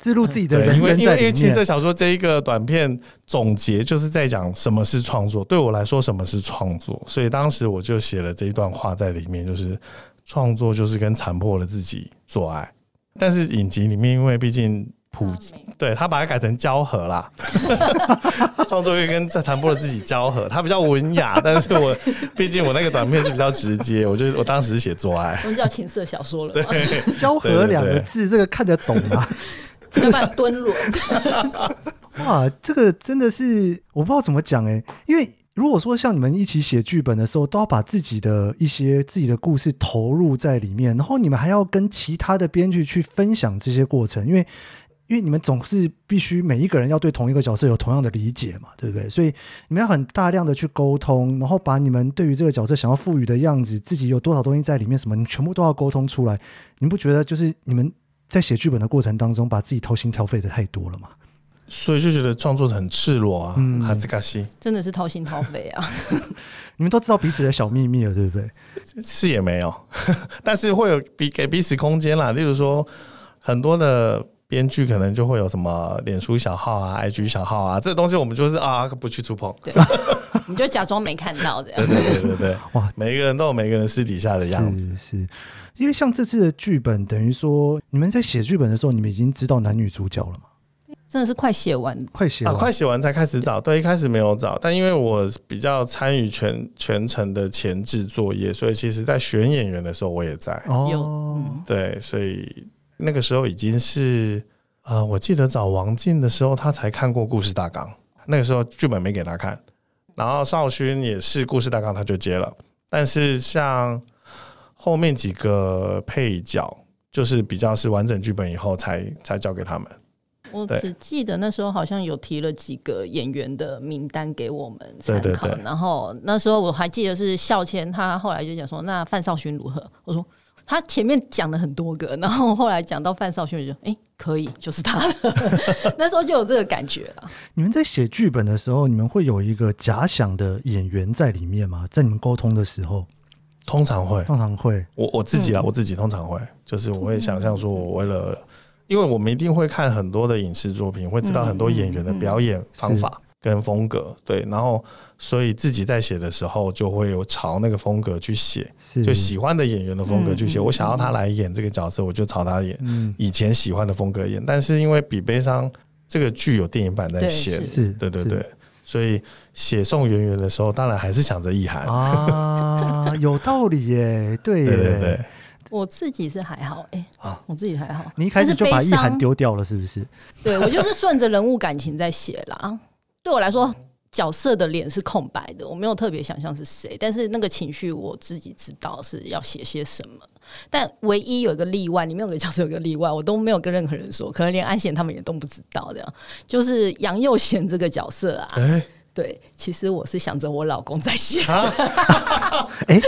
记录自己的人生在里面。 因为其实这小说这一个短片总结就是在讲什么是创作，对我来说什么是创作，所以当时我就写了这一段话在里面，就是创作就是跟残破了自己做爱。但是影集里面因为毕竟对他把它改成交合啦，创作又跟残破了自己交合，他比较文雅，但是毕竟我那个短片是比较直接，我当时是写做爱， 我们叫情色小说了吗？ 交合两个字，这个看得懂吗？ 要不然蹲轮。 哇，这个真的是我不知道怎么讲因为如果说像你们一起写剧本的时候，都要把自己的故事投入在里面，然后你们还要跟其他的编剧去分享这些过程，因为你们总是必须每一个人要对同一个角色有同样的理解嘛，对不对？所以你们要很大量的去沟通，然后把你们对于这个角色想要赋予的样子，自己有多少东西在里面，什么你全部都要沟通出来。你们不觉得就是你们在写剧本的过程当中，把自己掏心掏肺的太多了吗？ 所以就觉得创作很赤裸啊，哈兹卡西真的是掏心掏肺啊！ 你们都知道彼此的小秘密了，对不对？ 是也没有，但是会有给彼此空间啦。例如说，很多的编剧可能就会有什么脸书小号啊、IG 小号啊，这个东西我们就是不去触碰， 对，你就假装没看到这样。 对，哇，每一个人都有每个人私底下的样子， 是因为像这次的剧本，等于说你们在写剧本的时候，你们已经知道男女主角了吗？ 真的是快写完才开始找，对，一开始没有找，但因为我比较参与全程的前置作业，所以其实在选演员的时候我也在，对，所以那个时候已经是我记得找王静的时候，他才看过故事大纲，那个时候剧本没给他看，然后少勋也是故事大纲他就接了，但是像后面几个配角，就是比较是完整剧本以后才交给他们。 我只记得那时候好像有提了几个演员的名单给我们参考，对，然后那时候我还记得是孝谦，他后来就讲说那范少勋如何，我说他前面讲了很多个，然后后来讲到范少勋就可以就是他了那时候就有这个感觉了。 你们在写剧本的时候，你们会有一个假想的演员在里面吗？在你们沟通的时候？ 通常会我自己我自己通常会，就是我会想象说我为了因为我们一定会看很多的影视作品，会知道很多演员的表演方法跟风格，对，然后所以自己在写的时候就会有朝那个风格去写，就喜欢的演员的风格去写，我想要他来演这个角色，我就朝他演以前喜欢的风格演。但是因为比悲伤这个剧有电影版在写，对，所以写送演员的时候，当然还是想着意涵啊，有道理耶，对。 我自己是还好我自己还好。 你一开始就把意涵丢掉了是不是？ 对，我就是顺着人物感情在写啦。对我来说，角色的脸是空白的，我没有特别想象是谁，但是那个情绪我自己知道是要写些什么。但唯一有一个例外，里面有个角色有个例外，我都没有跟任何人说，可能连安贤他们也都不知道的，就是杨佑贤这个角色啊。对，其实我是想着我老公在写的。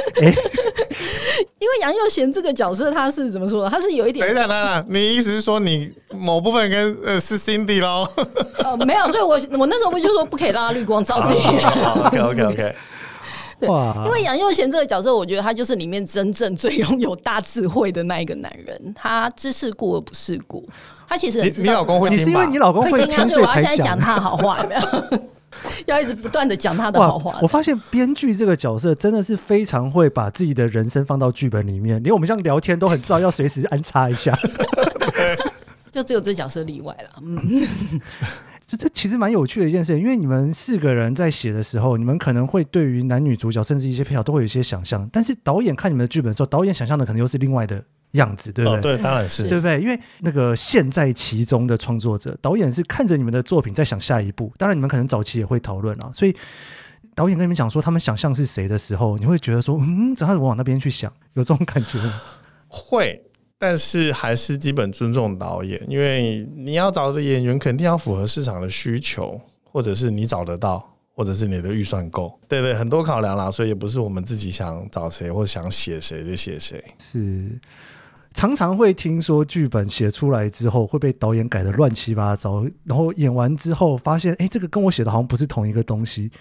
因为杨佑贤这个角色他是怎么说呢？他是有一点…… 等等，你意思是说你某部分跟是 Cindy 咯？ 没有，所以我那时候不就说不可以让他绿光照地。 OK。 对，因为杨佑贤这个角色，我觉得他就是里面真正最拥有大智慧的那一个男人。他知世故而不世故，他其实很知道你老公会听吧？ 你是因为你老公会听，所以才讲。 我要现在讲他好话，有没有？要一直不断的讲他的好话。 我发现编剧这个角色真的是非常会把自己的人生放到剧本里面，连我们这样聊天都很知道要随时安插一下。 就只有这角色例外了。 这其实蛮有趣的一件事，因为你们4个人在写的时候，你们可能会对于男女主角甚至一些配角都会有一些想象，但是导演看你们的剧本的时候，导演想象的可能又是另外的样子，对不对？ 对，当然是， 对不对？因为那个陷在其中的创作者，导演是看着你们的作品在想下一步，当然你们可能早期也会讨论啊，所以导演跟你们讲说他们想象是谁的时候，你会觉得说怎么往那边去想，有这种感觉吗？ 会，但是还是基本尊重导演，因为你要找的演员肯定要符合市场的需求，或者是你找得到，或者是你的预算够，对，很多考量啦，所以也不是我们自己想找谁或想写谁就写谁。 是，常常会听说剧本写出来之后会被导演改得乱七八糟，然后演完之后发现这个跟我写的好像不是同一个东西，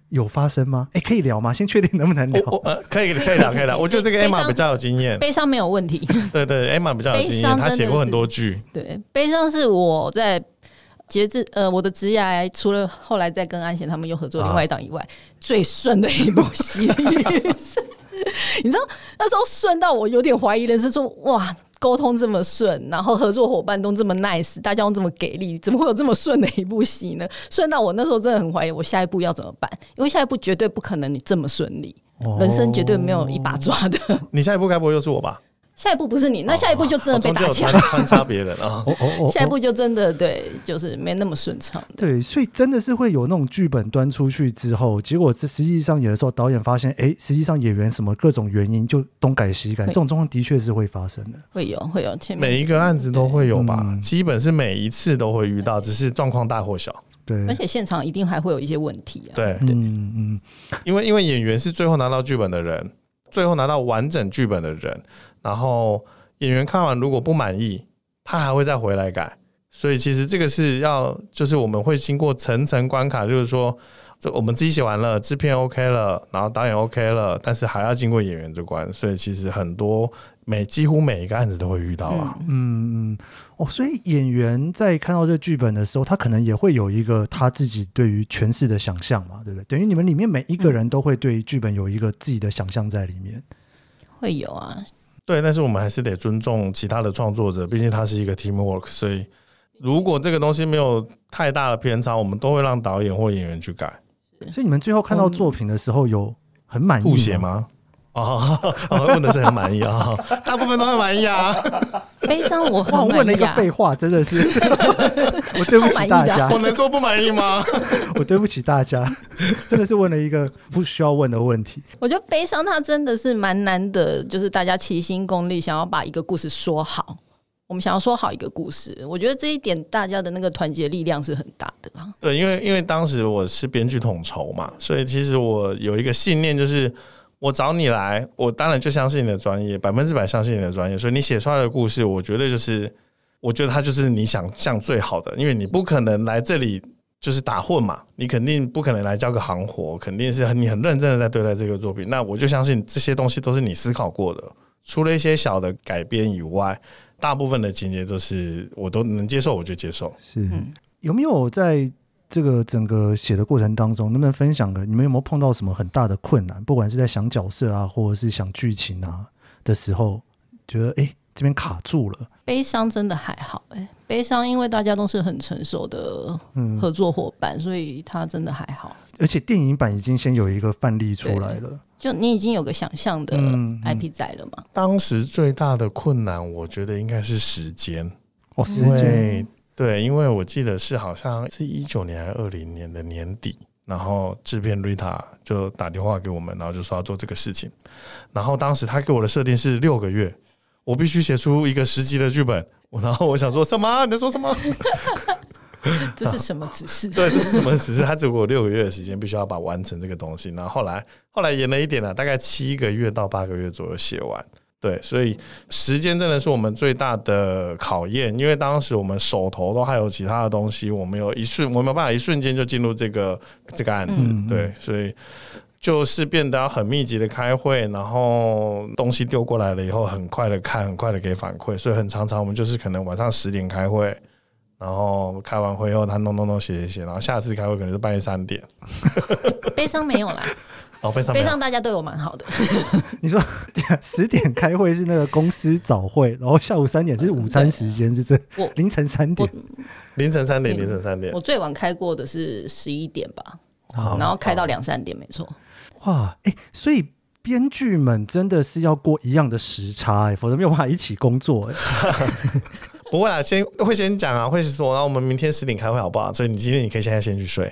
有发生吗？可以聊吗？先确定能不能聊？ 可以聊。我觉得这个 Emma 比较有经验， 悲伤没有问题。 对，Emma 比较有经验，她写过很多剧。 对，悲伤是我在我的职涯，除了后来在跟安贤他们又合作另外一档以外，最顺的一部戏。你知道那时候顺到我有点怀疑人生，说哇，沟通这么顺，然后合作伙伴都这么 nice， 大家都这么给力，怎么会有这么顺的一部戏呢？顺到我那时候真的很怀疑，我下一步要怎么办？因为下一步绝对不可能你这么顺利，人生绝对没有一把抓的。 你下一步该不会又是我吧？ 下一步不是你，那下一步就真的被打枪， 穿插别人啊。 下一步就真的对，就是没那么顺畅。 对，所以真的是会有那种剧本端出去之后，结果这实际上有的时候导演发现，实际上演员什么各种原因就东改西改，这种状况的确是会发生的。 会有，前面每一个案子都会有吧，基本是每一次都会遇到，只是状况大或小。 对， 而且现场一定还会有一些问题啊。 对，因为演员是最后拿到剧本的人，最后拿到完整剧本的人，然后演员看完如果不满意，他还会再回来改，所以其实这个是就是我们会经过层层关卡，就是说我们自己写完了，制片 OK 了，然后导演 OK 了，但是还要经过演员这关，所以其实几乎每一个案子都会遇到啊。 所以演员在看到这剧本的时候，他可能也会有一个他自己对于诠释的想象嘛，对不对？等于你们里面每一个人都会对剧本有一个自己的想象在里面。 会有啊。 对，但是我们还是得尊重其他的创作者，毕竟它是一个 teamwork， 所以如果这个东西没有太大的偏差，我们都会让导演或演员去改。 所以你们最后看到作品的时候有很满意吗？ 吐血吗？问的是很满意啊，大部分都很满意啊。 悲伤我很满意啊。 问了一个废话，真的是我对不起大家。 我能说不满意吗？ 我对不起大家，真的是问了一个不需要问的问题。 我觉得悲伤它真的是蛮难的，就是大家齐心共力，想要把一个故事说好。我们想要说好一个故事，我觉得这一点大家的那个团结力量是很大的啦。 对，因为当时我是编剧统筹嘛，所以其实我有一个信念，就是我找你来，我当然就相信你的专业，100%相信你的专业，所以你写出来的故事，我觉得它就是你想象最好的，因为你不可能来这里就是打混嘛，你肯定不可能来交个行活，肯定是你很认真的在对待这个作品。那我就相信这些东西都是你思考过的，除了一些小的改编以外，大部分的情节都是我都能接受，我就接受。 是，有没有在这个整个写的过程当中，能不能分享你们有没有碰到什么很大的困难？不管是在想角色啊，或者是想剧情啊的时候，觉得这边卡住了。 悲伤真的还好悲伤因为大家都是很成熟的合作伙伴，所以他真的还好。 而且电影版已经先有一个范例出来了， 就你已经有个想象的 IP 在了嘛。 当时最大的困难，我觉得应该是时间。 时间。 对，因为我记得好像是19年还是20年的年底，然后制片 Rita 就打电话给我们，然后就说要做这个事情。然后当时他给我的设定是6个月，我必须写出一个10集的剧本。然后我想说什么？你在说什么？ 这是什么指示？ 对，这是什么指示？他只给我6个月的时间，必须要把完成这个东西。然后后来延了一点大概7个月到8个月左右写完。对，所以时间真的是我们最大的考验，因为当时我们手头都还有其他的东西，我没有办法一瞬间就进入这个案子。对，所以就是变得要很密集的开会，然后东西丢过来了以后，很快的看，很快的给反馈，所以很常我们就是可能晚上10点开会，然后开完会后他弄写，然后下次开会可能是半夜3点。 悲伤没有啦。悲伤大家对我蛮好的。 你说10点开会是那个公司早会，然后下午3点是午餐时间，是这凌晨3点。 凌晨3点。 我最晚开过的是11点吧，然后开到2-3点，没错。 哇，所以编剧们真的是要过一样的时差否则没有办法一起工作不会啦，会先讲啊，会说，然后我们明天10点开会好不好？所以你今天可以现在先去睡。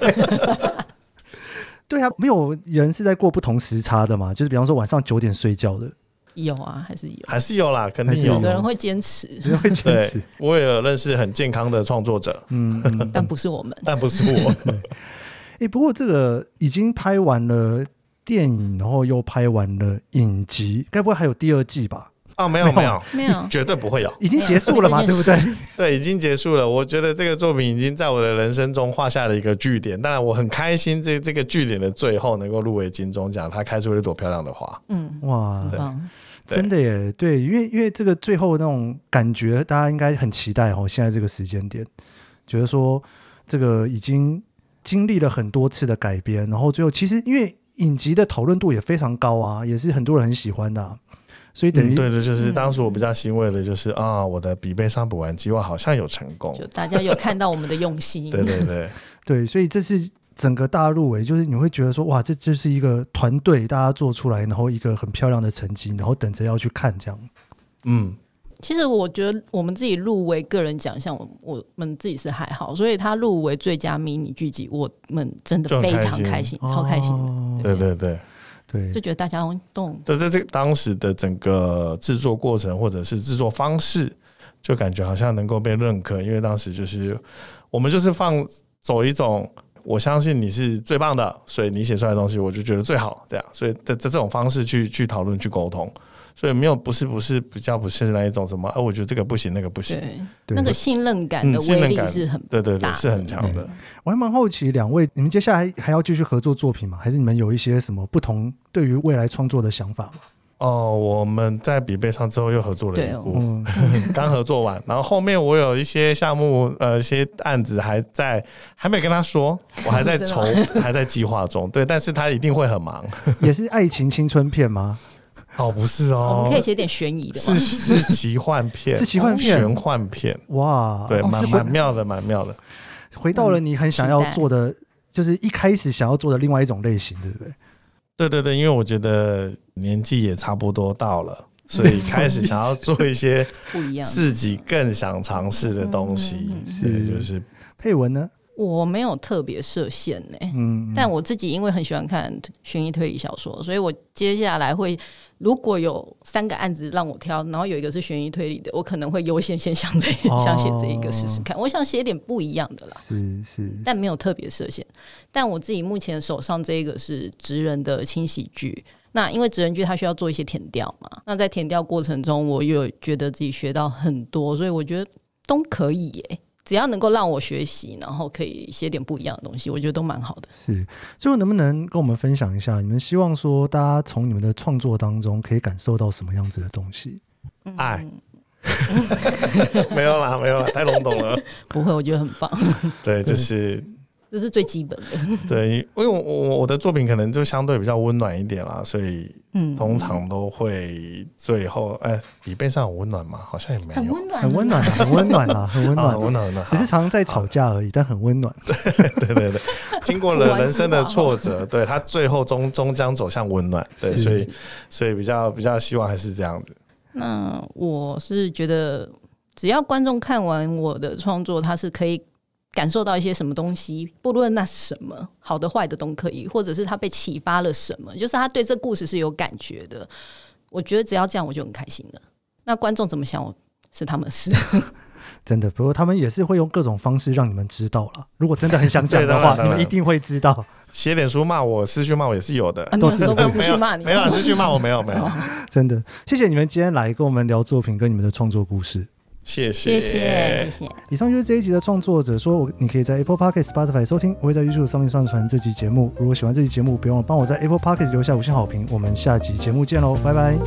对啊，没有人是在过不同时差的嘛？就是比方说晚上9点睡觉的， 有啊，还是有啦，肯定有。 有的人会坚持， 对，我也有认识很健康的创作者， 但不是我们， 不过这个已经拍完了电影，然后又拍完了影集，该不会还有第2季吧？ 哦，没有，绝对不会有， 已经结束了嘛，对不对？ 对，已经结束了。我觉得这个作品已经在我的人生中画下了一个句点。当然，我很开心这个句点的最后能够入围金钟奖，它开出了一朵漂亮的花。 哇，真的耶，对，因为这个最后那种感觉，大家应该很期待哦。现在这个时间点，觉得说这个已经经历了很多次的改编，然后最后其实因为影集的讨论度也非常高啊，也是很多人很喜欢的啊。所以等于对的，就是当时我比较欣慰的就是我的比悲伤补完计划好像有成功， 就大家有看到我们的用心。 对对对对，所以这是整个大入围，就是你会觉得说哇，这是一个团队大家做出来，然后一个很漂亮的成绩，然后等着要去看这样。 其实我觉得我们自己入围个人奖项，我们自己是还好，所以他入围最佳迷你剧集，我们真的非常开心，超开心。 对对对。 对， 就觉得大家都对这当时的整个制作过程或者是制作方式，就感觉好像能够被认可，因为当时就是我们就是走一种我相信你是最棒的，所以你写出来的东西我就觉得最好，这样，所以这种方式去讨论去沟通，所以没有不是比较不是那一种什么我觉得这个不行那个不行， 对，那个信任感的威力是很大的， 对是很强的。 我还蛮好奇两位，你们接下来还要继续合作作品吗？还是你们有一些什么不同对于未来创作的想法吗？ 我们在比悲伤之后又合作了一部，刚合作完，然后后面我有一些项目，一些案子还没跟他说，我还在筹，还在计划中。对，但是他一定会很忙。 也是爱情青春片吗？ 不是哦， 我们可以写点悬疑的吗？ 是奇幻片， 是奇幻片， 玄幻片。 哇， 对，蛮妙的，蛮妙的。 回到了你很想要做的，就是一开始想要做的另外一种类型，对不对？ 对对对，因为我觉得年纪也差不多到了，所以开始想要做一些不一样自己更想尝试的东西。就是佩文呢？ 我没有特别设限但我自己因为很喜欢看悬疑推理小说，所以我接下来会如果有3个案子让我挑，然后有一个是悬疑推理的，我可能会优先先想写这一个试试看。我想写点不一样的啦， 是， 但没有特别设限。但我自己目前手上这一个是职人的轻喜剧，那因为职人剧它需要做一些填调嘛，那在填调过程中我又觉得自己学到很多，所以我觉得都可以耶。只要能够让我学习，然后可以写点不一样的东西，我觉得都蛮好的。 是，最后能不能跟我们分享一下，你们希望说大家从你们的创作当中可以感受到什么样子的东西？ 爱。没有啦，太笼统了。 不会，我觉得很棒。 对， 这是最基本的。 对，因为我的作品可能就相对比较温暖一点啦，所以通常都会最后比悲伤很温暖吗？好像也没有， 很温暖很温暖啊，很温暖，只是常常在吵架而已，但很温暖。 对，经过了人生的挫折，对他最后终将走向温暖。对，所以比较希望还是这样子。 那我是觉得，只要观众看完我的创作，他是可以感受到一些什么东西，不论那是什么，好的坏的都可以，或者是他被启发了什么，就是他对这故事是有感觉的。我觉得只要这样我就很开心了。那观众怎么想是他们的事。 真的，不过他们也是会用各种方式让你们知道了。如果真的很想讲的话，你们一定会知道。 写脸书骂我，私讯骂我也是有的。 都是私讯骂你？ 没有私讯骂我，没有。 真的，谢谢你们今天来跟我们聊作品跟你们的创作故事。 谢谢。 以上就是这一集的创作者说，你可以在 Apple Podcast、Spotify 收听，我会在 YouTube 上面上传这集节目。如果喜欢这集节目，别忘了帮我在 Apple Podcast 留下5星好评。我们下集节目见喽，拜拜。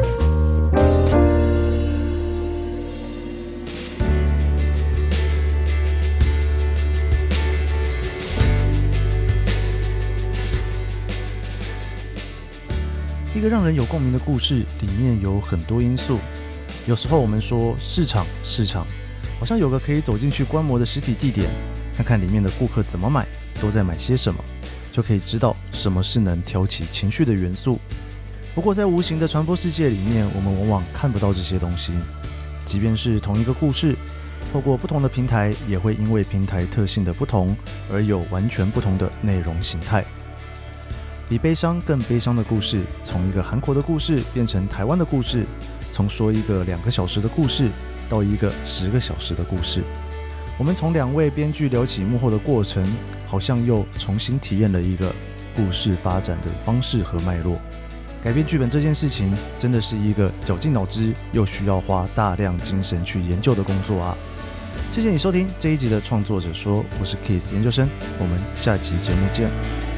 一个让人有共鸣的故事里面有很多因素，有时候我们说市场，好像有个可以走进去观摩的实体地点，看看里面的顾客怎么买，都在买些什么，就可以知道什么是能挑起情绪的元素。不过在无形的传播世界里面，我们往往看不到这些东西。即便是同一个故事，透过不同的平台，也会因为平台特性的不同而有完全不同的内容形态。比悲伤更悲伤的故事，从一个韩国的故事变成台湾的故事，从说一个2个小时的故事到一个10个小时的故事。我们从2位编剧聊起幕后的过程，好像又重新体验了一个故事发展的方式和脉络。 改编剧本这件事情真的是一个绞尽脑汁又需要花大量精神去研究的工作啊！谢谢你收听这一集的创作者说，我是 Keith 研究生，我们下期节目见。